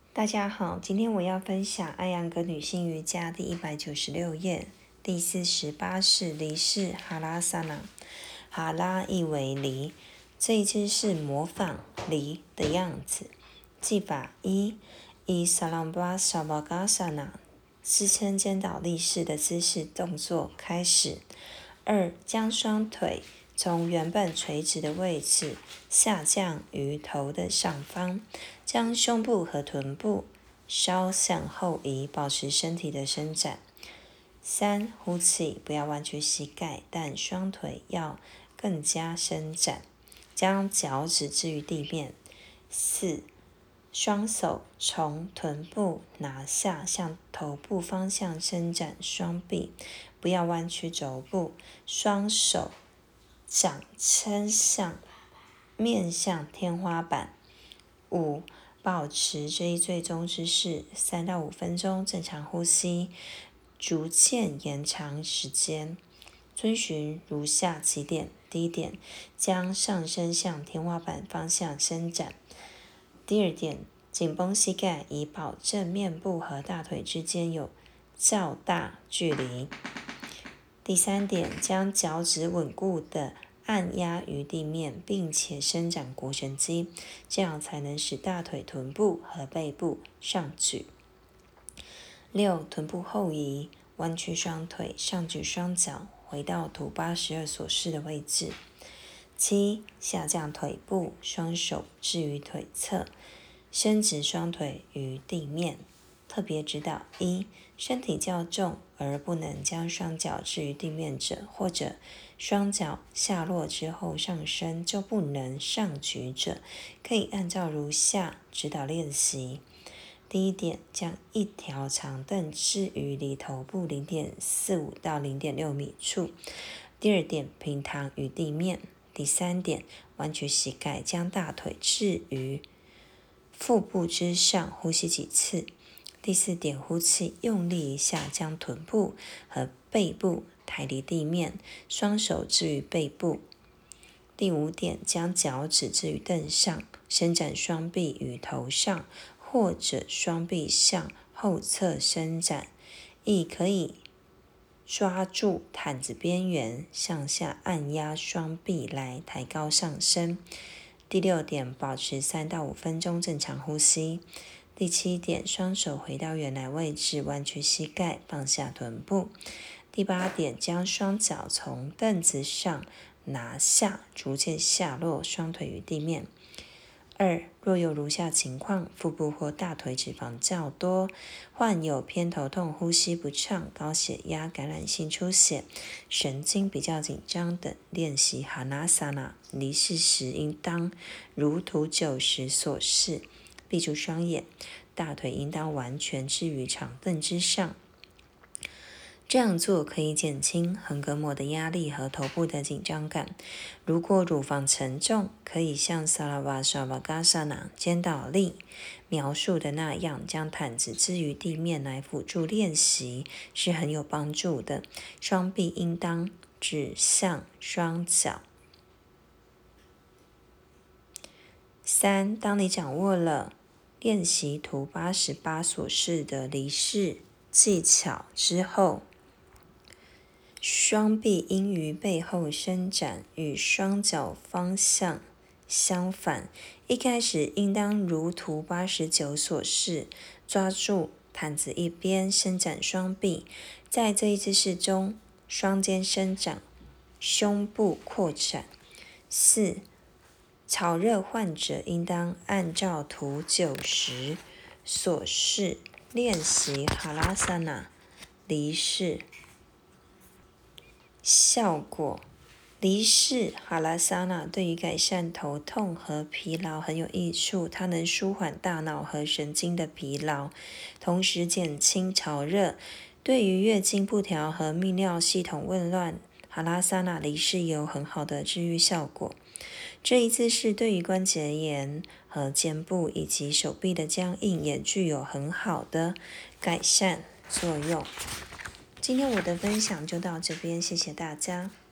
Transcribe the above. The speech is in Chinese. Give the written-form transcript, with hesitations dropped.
大家好，今天我要分享艾扬格女性瑜伽第196页第48式离式哈拉萨那。哈拉意为离，这一姿势模仿离的样子。技法一，以萨朗巴沙巴嘎萨那支撑肩倒立式的姿势动作开始。2. 将双腿从原本垂直的位置下降于头的上方，将胸部和臀部稍向后移，保持身体的伸展。3. 呼气，不要弯曲膝盖，但双腿要更加伸展，将脚趾置于地面。4. 双手从臀部拿下，向头部方向伸展双臂，不要弯曲肘部，双手掌撑向面向天花板。5. 保持这一最终姿势3到5分钟，正常呼吸，逐渐延长时间。遵循如下几点。第一点，将上身向天花板方向伸展。第二点，紧绷膝盖，以保证面部和大腿之间有较大距离。第三点，将脚趾稳固地按压于地面，并且伸展腘绳肌，这样才能使大腿、臀部和背部上举。6. 臀部后移，弯曲双腿，上举双脚，回到图82所示的位置。7. 下降腿部，双手置于腿侧，伸直双腿于地面。特别指导1，身体较重而不能将双脚置于地面者，或者双脚下落之后上升就不能上举者，可以按照如下指导练习。第一点，将一条长凳置于离头部 0.45 到 0.6 米处。第二点，平躺于地面。第三点，弯曲膝盖，将大腿置于腹部之上，呼吸几次。第四点，呼气，用力一下，将臀部和背部抬离地面，双手置于背部。第五点，将脚趾置于凳上，伸展双臂于头上，或者双臂向后侧伸展，亦可以抓住毯子边缘，向下按压双臂来抬高上身。第六点，保持3到5分钟正常呼吸。第7点，双手回到原来位置，弯曲膝盖，放下臀部。第8点，将双脚从凳子上拿下，逐渐下落，双腿于地面。2. 若有如下情况，腹部或大腿脂肪较多，患有偏头痛、呼吸不畅、高血压、感染性出血、神经比较紧张等，练习哈拉萨那离式时应当如图9时所示，闭住双眼，大腿应当完全置于长凳之上。这样做可以减轻横膈膜的压力和头部的紧张感。如果乳房沉重，可以像萨拉瓦沙瓦嘎萨那肩倒立描述的那样，将毯子置于地面来辅助练习，是很有帮助的。双臂应当指向双脚。3. 当你掌握了练习图88所示的离式技巧之后，双臂应于背后伸展，与双脚方向相反。一开始应当如图89所示，抓住毯子一边，伸展双臂。在这一姿势中，双肩伸展，胸部扩展。4. 潮热患者应当按照图90所示练习哈拉萨那离式。效果：离式哈拉萨那对于改善头痛和疲劳很有益处，它能舒缓大脑和神经的疲劳，同时减轻潮热。对于月经不调和泌尿系统紊乱，哈拉萨那离式也有很好的治愈效果。这一姿势对于关节炎和肩部以及手臂的僵硬也具有很好的改善作用。今天我的分享就到这边，谢谢大家。